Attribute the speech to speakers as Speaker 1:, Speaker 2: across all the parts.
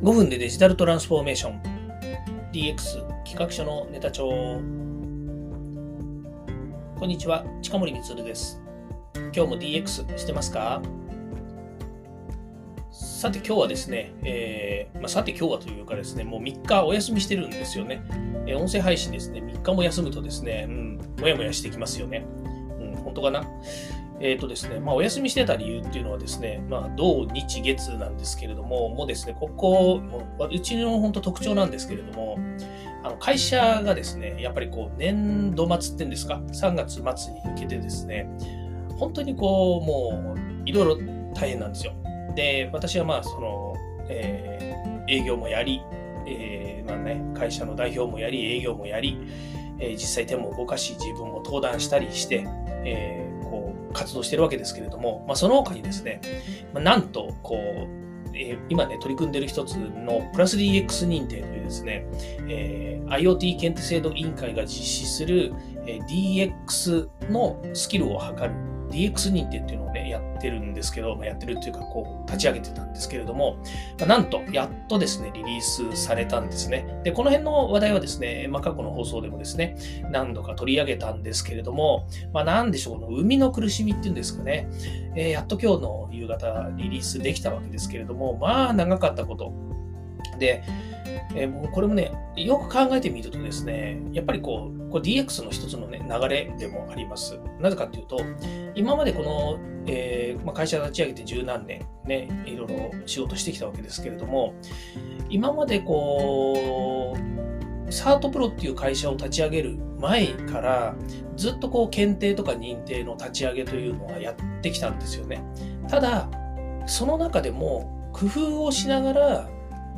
Speaker 1: 5分でデジタルトランスフォーメーション DX 企画書のネタ帳。こんにちは、近森光です。今日も DX してますか？さて今日はですね、今日はというかですね、もう3日お休みしてるんですよね。音声配信ですね、3日も休むとですね、もやもやしてきますよね。本当かな？ですね、お休みしてた理由っていうのはですね、土日月なんですけれども、もうですね、うちの本当特徴なんですけれども、会社がですね、やっぱり年度末っていうんですか、3月末に向けてですね、本当にもういろいろ大変なんですよ。で、私は営業もやり、会社の代表もやり、営業もやり、実際手も動かし、自分も登壇したりして、活動してるわけですけれども、その他にですね、なんと今ね取り組んでいる一つのプラス DX 認定というですね、IoT 検定制度委員会が実施する、DX のスキルを測る DX 認定っていうのをねやってるんですけど、やってるっていうか立ち上げてたんですけれども、なんとやっとですねリリースされたんですね。でこの辺の話題はですね、過去の放送でもですね何度か取り上げたんですけれども、なんでしょう、生みの苦しみっていうんですかね、やっと今日の夕方リリースできたわけですけれども、長かったことで、これもねよく考えてみるとですね、やっぱりDX の一つのね流れでもあります。なぜかというと、今までこの、会社立ち上げて十何年ね、いろいろ仕事してきたわけですけれども、今までサートプロっていう会社を立ち上げる前からずっと検定とか認定の立ち上げというのはやってきたんですよね。ただその中でも工夫をしながら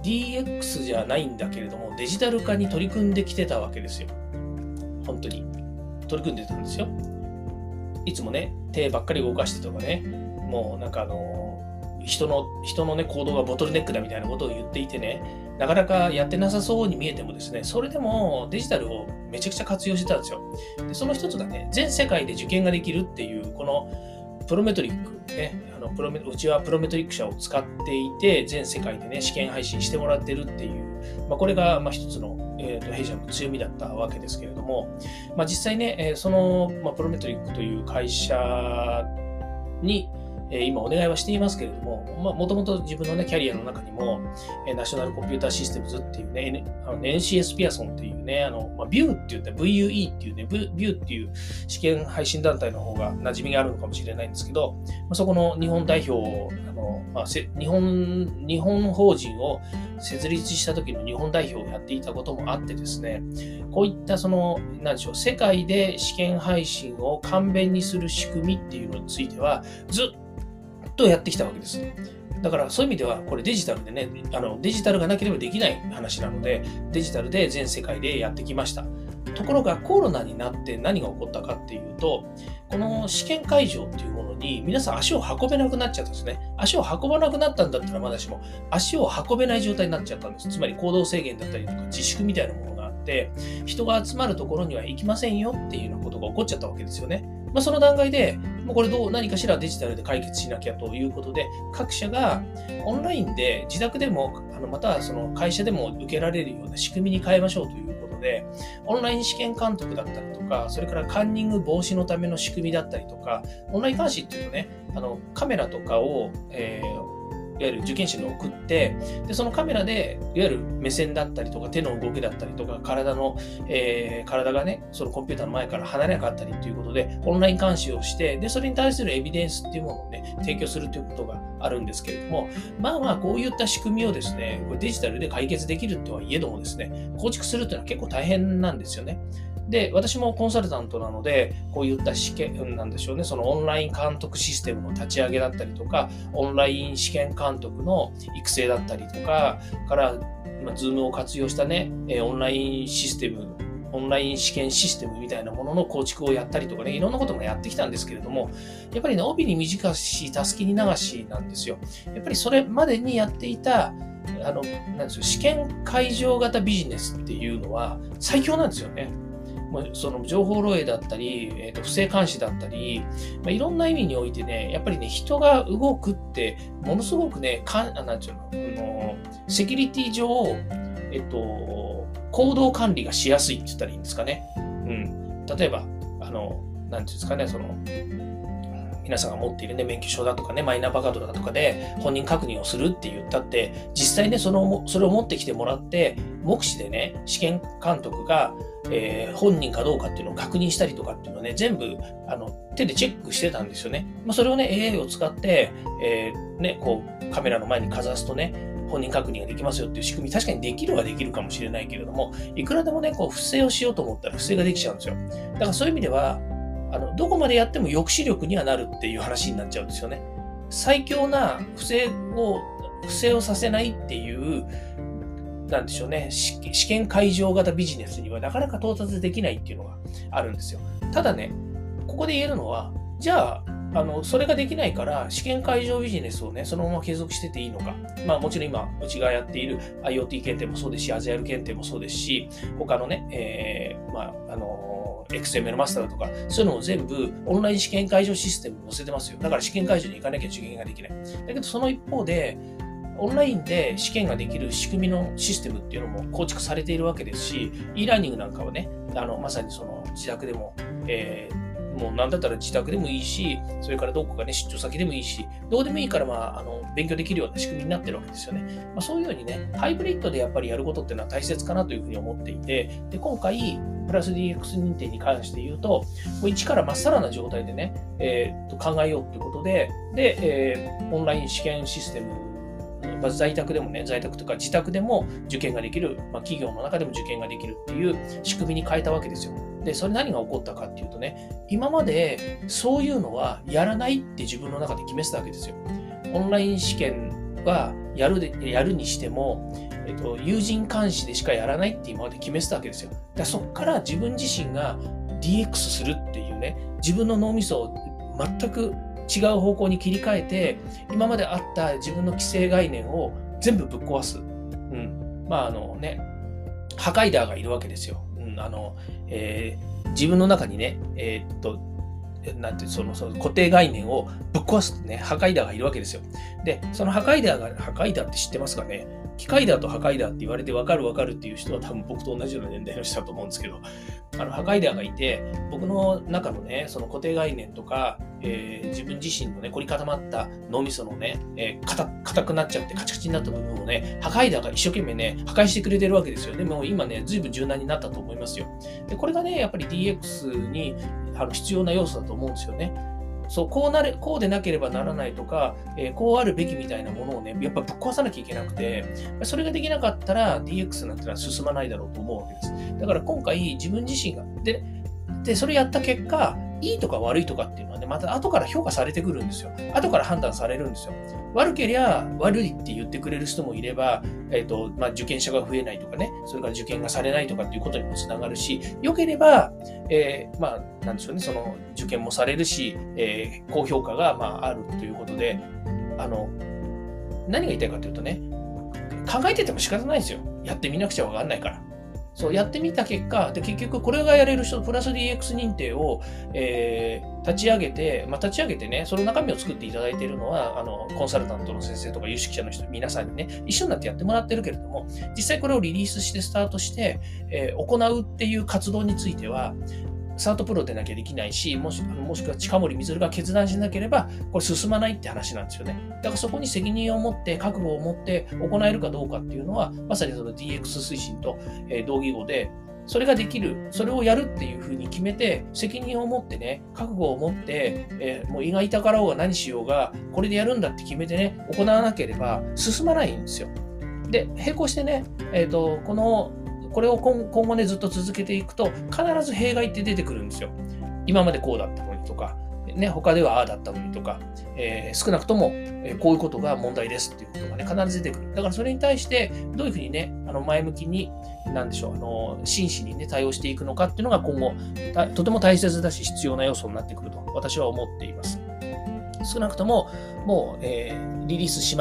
Speaker 1: DX じゃないんだけれどもデジタル化に取り組んできてたわけですよ。本当に取り組んでたんですよ。いつもね手ばっかり動かしてとかね、もう人のね行動がボトルネックだみたいなことを言っていてね、なかなかやってなさそうに見えてもですね、それでもデジタルをめちゃくちゃ活用してたんですよ。でその一つがね、全世界で受験ができるっていうこのプロメトリックね、うちはプロメトリック社を使っていて全世界でね試験配信してもらってるっていう、これが一つの弊社の強みだったわけですけれども、実際ね、その、プロメトリックという会社に今お願いはしていますけれども、もともと自分のねキャリアの中にもナショナルコンピューターシステムズっていうね、NCS ピアソンっていうね、ビューって言った VUE っていうね、ビューっていう試験配信団体の方が馴染みがあるのかもしれないんですけど、そこの日本代表を日本法人を設立した時の日本代表をやっていたこともあってですね、こういった世界で試験配信を簡便にする仕組みっていうのについてはずっとやってきたわけです。だからそういう意味ではこれデジタルでね、デジタルがなければできない話なので、デジタルで全世界でやってきました。ところがコロナになって何が起こったかっていうと、この試験会場っていうものに皆さん足を運べなくなっちゃったんですね。足を運ばなくなったんだったらまだしも、足を運べない状態になっちゃったんです。つまり行動制限だったりとか自粛みたいなものがあって、人が集まるところには行きませんよっていうようなことが起こっちゃったわけですよね。その段階でもうこれ何かしらデジタルで解決しなきゃということで、各社がオンラインで自宅でもまたはその会社でも受けられるような仕組みに変えましょうということで、オンライン試験監督だったりとか、それからカンニング防止のための仕組みだったりとか、オンライン監視っていうとね、カメラとかを、いわゆる受験者に送って、でそのカメラでいわゆる目線だったりとか手の動きだったりとか体がねそのコンピューターの前から離れなかったりということでオンライン監視をして、でそれに対するエビデンスっていうものをね提供するということがあるんですけれども、こういった仕組みをですねこれデジタルで解決できるとはいえどもですね、構築するというのは結構大変なんですよね。で、私もコンサルタントなので、こういった試験なんでしょうね、そのオンライン監督システムの立ち上げだったりとか、オンライン試験監督の育成だったりとか、Zoom を活用したね、オンライン試験システムみたいなものの構築をやったりとかね、いろんなこともやってきたんですけれども、やっぱりね、帯に短し、たすきに流しなんですよ。やっぱりそれまでにやっていた、試験会場型ビジネスっていうのは最強なんですよね。その情報漏洩だったり、不正監視だったり、いろんな意味においてね、やっぱりね、人が動くって、ものすごくね、 セキュリティ上、行動管理がしやすいって言ったらいいんですかね。例えば、なんていうんですかね、皆さんが持っているね、免許証だとかね、マイナンバーカードだとかで本人確認をするって言ったって、実際ね、それを持ってきてもらって、目視でね、試験監督が、本人かどうかっていうのを確認したりとかっていうのをね、全部、手でチェックしてたんですよね。それをね、AI を使って、こう、カメラの前にかざすとね、本人確認ができますよっていう仕組み、確かにできるはできるかもしれないけれども、いくらでもね、こう、不正をしようと思ったら不正ができちゃうんですよ。だからそういう意味では、どこまでやっても抑止力にはなるっていう話になっちゃうんですよね。最強な不正をさせないっていう、なんでしょうね、試験会場型ビジネスにはなかなか到達できないっていうのがあるんですよ。ただね、ここで言えるのは、じゃあ、それができないから、試験会場ビジネスをね、そのまま継続してていいのか。もちろん今、うちがやっている IoT 検定もそうですし、アジャイル検定もそうですし、他のね、XML マスターとか、そういうのを全部オンライン試験会場システムに載せてますよ。だから試験会場に行かなきゃ受験ができない。だけどその一方で、オンラインで試験ができる仕組みのシステムっていうのも構築されているわけですし、e ラーニングなんかはね、まさにその自宅でも、もう何だったら自宅でもいいし、それからどこかね、出張先でもいいし、どうでもいいから勉強できるような仕組みになってるわけですよね。そういうようにね、ハイブリッドでやっぱりやることっていうのは大切かなというふうに思っていて、で、今回、プラス DX 認定に関して言うと、もう一からまっさらな状態でね、考えようということで、オンライン試験システム、在宅でもね、在宅とか自宅でも受験ができる、企業の中でも受験ができるっていう仕組みに変えたわけですよ。で、それ何が起こったかっていうとね、今までそういうのはやらないって自分の中で決めてたわけですよ。オンライン試験はやるにしても、友人監視でしかやらないって今まで決めてたわけですよ。そこから自分自身が DX するっていうね、自分の脳みそを全く違う方向に切り替えて、今まであった自分の既成概念を全部ぶっ壊す。破壊ダーがいるわけですよ。自分の中にね、その固定概念をぶっ壊すね、破壊ダーがいるわけですよ。で、その破壊ダーって知ってますかね？機械だと破壊だって言われて分かるっていう人は多分僕と同じような年代の人だと思うんですけど、破壊だがいて、僕の中のね、その固定概念とか、自分自身のね、凝り固まった脳みそのね、硬くなっちゃってカチカチになった部分をね、破壊だが一生懸命ね、破壊してくれてるわけですよ。でも今ね、随分柔軟になったと思いますよ。で、これがね、やっぱり DX に必要な要素だと思うんですよね。そう、こうでなければならないとか、こうあるべきみたいなものをね、やっぱぶっ壊さなきゃいけなくて、それができなかったら DX なんてのは進まないだろうと思うわけです。だから今回自分自身が、で、それやった結果、いいとか悪いとかっていうのはね、また後から評価されてくるんですよ。後から判断されるんですよ。悪けりゃ悪いって言ってくれる人もいれば、受験者が増えないとかね、それから受験がされないとかっていうことにもつながるし、良ければ、なんでしょうね、その受験もされるし、高評価があるということで、何が言いたいかというとね、考えてても仕方ないですよ。やってみなくちゃわかんないから。そう、やってみた結果、で、結局これがやれる人、プラス DX 認定を、立ち上げてね、その中身を作っていただいているのは、コンサルタントの先生とか有識者の人、皆さんにね、一緒になってやってもらってるけれども、実際これをリリースしてスタートして、行うっていう活動については、スタートプロでなきゃできないし、もしくは近森光が決断しなければ、これ進まないって話なんですよね。だからそこに責任を持って、覚悟を持って行えるかどうかっていうのは、まさにその DX 推進と同義語で、それができる、それをやるっていうふうに決めて、責任を持ってね、覚悟を持って、もう胃が痛かろうが何しようが、これでやるんだって決めてね、行わなければ進まないんですよ。で、並行してね、これを今後ねずっと続けていくと必ず弊害って出てくるんですよ。今までこうだったのにとか、ね、他ではああだったのにとか、少なくともこういうことが問題ですっていうことがね必ず出てくる。だからそれに対してどういうふうにね前向きに真摯にね対応していくのかっていうのが今後とても大切だし必要な要素になってくると私は思っています。少なくとももう、リリースしました。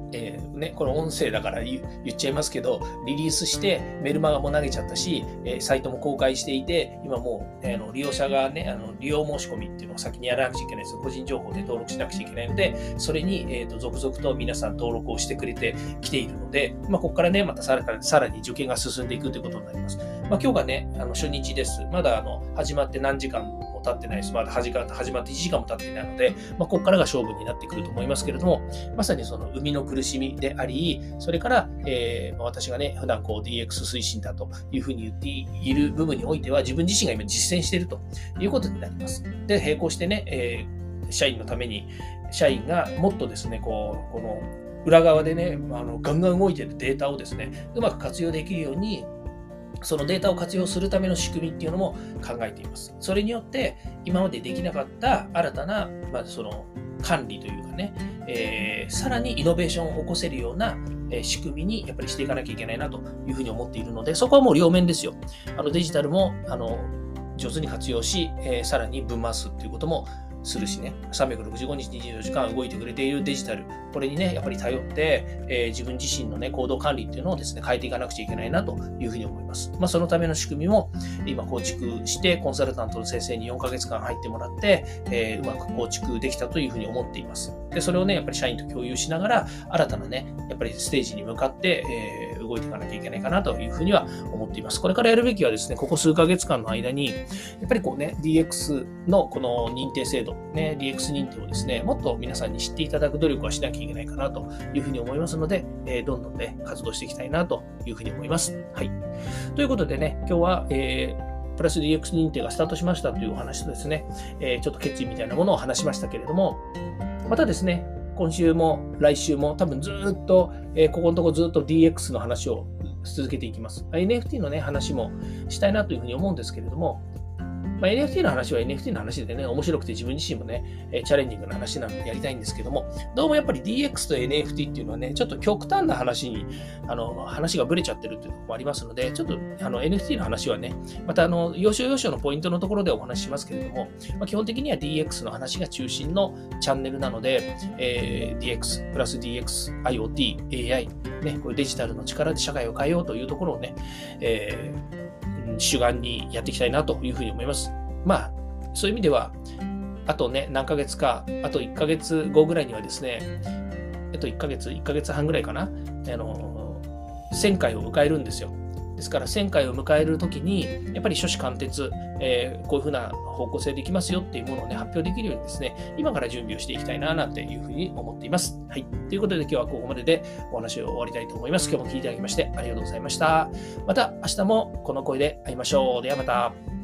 Speaker 1: これ音声だから言っちゃいますけど、リリースしてメルマガも投げちゃったし、サイトも公開していて、今もう、利用者がね、利用申し込みっていうのを先にやらなくちゃいけないです。個人情報で登録しなくちゃいけないので、それに、続々と皆さん登録をしてくれてきているので、ここからね、またさらに受験が進んでいくということになります。今日がね、初日です。まだ始まって何時間も経ってないです。まだ始まって1時間も経っていないので、ここからが勝負になってくると思いますけれども、まさにその生みの苦しみであり、それから、私がね、普段DX 推進だというふうに言っている部分においては、自分自身が今実践しているということになります。で、並行してね、社員のために、社員がもっとですね、この裏側でね、ガンガン動いているデータをですね、うまく活用できるように、そのデータを活用するための仕組みっていうのも考えています。それによって、今までできなかった新たな、その管理というかね、さらにイノベーションを起こせるような仕組みにやっぱりしていかなきゃいけないなというふうに思っているので、そこはもう両面ですよ。デジタルも上手に活用し、さらに分回すっていうこともするしね、365日24時間動いてくれているデジタル、これにね、やっぱり頼って、自分自身のね、行動管理っていうのをですね、変えていかなくちゃいけないなというふうに思います。そのための仕組みも今構築して、コンサルタントの先生に4ヶ月間入ってもらって、うまく構築できたというふうに思っています。で、それをね、やっぱり社員と共有しながら、新たなね、やっぱりステージに向かって、動いていかなきゃいけないかなというふうには思っています。これからやるべきはですね、ここ数ヶ月間の間に、やっぱりDX のこの認定制度、ね、DX 認定をですね、もっと皆さんに知っていただく努力はしなきゃいけないかなというふうに思いますので、どんどんね、活動していきたいなというふうに思います。はい。ということでね、今日は、プラス DX 認定がスタートしましたというお話とですね、ちょっと決意みたいなものを話しましたけれども、またですね、今週も来週も多分ずっと、ここのところずっと DX の話を続けていきます。NFT のね、話もしたいなというふうに思うんですけれども、NFT の話は NFT の話でね、面白くて自分自身もね、チャレンジングな話なのでやりたいんですけども、どうもやっぱり DX と NFT っていうのはね、ちょっと極端な話に、話がブレちゃってるっていうところもありますので、ちょっとNFT の話はね、また要所要所のポイントのところでお話ししますけれども、基本的には DX の話が中心のチャンネルなので、DX プラス DX、IoT、AI、ね、これデジタルの力で社会を変えようというところをね、主眼にやっていきたいなというふうに思います。そういう意味では、あとね、何ヶ月か、あと1ヶ月後ぐらいにはですね、1ヶ月半ぐらいかな、1000回を迎えるんですよ。ですから、1000回を迎えるときに、やっぱり初志貫徹、こういうふうな方向性でいきますよっていうものをね、発表できるようにですね、今から準備をしていきたいな、なんていうふうに思っています。はい。ということで、今日はここまででお話を終わりたいと思います。今日も聞いていただきましてありがとうございました。また明日もこの声で会いましょう。ではまた。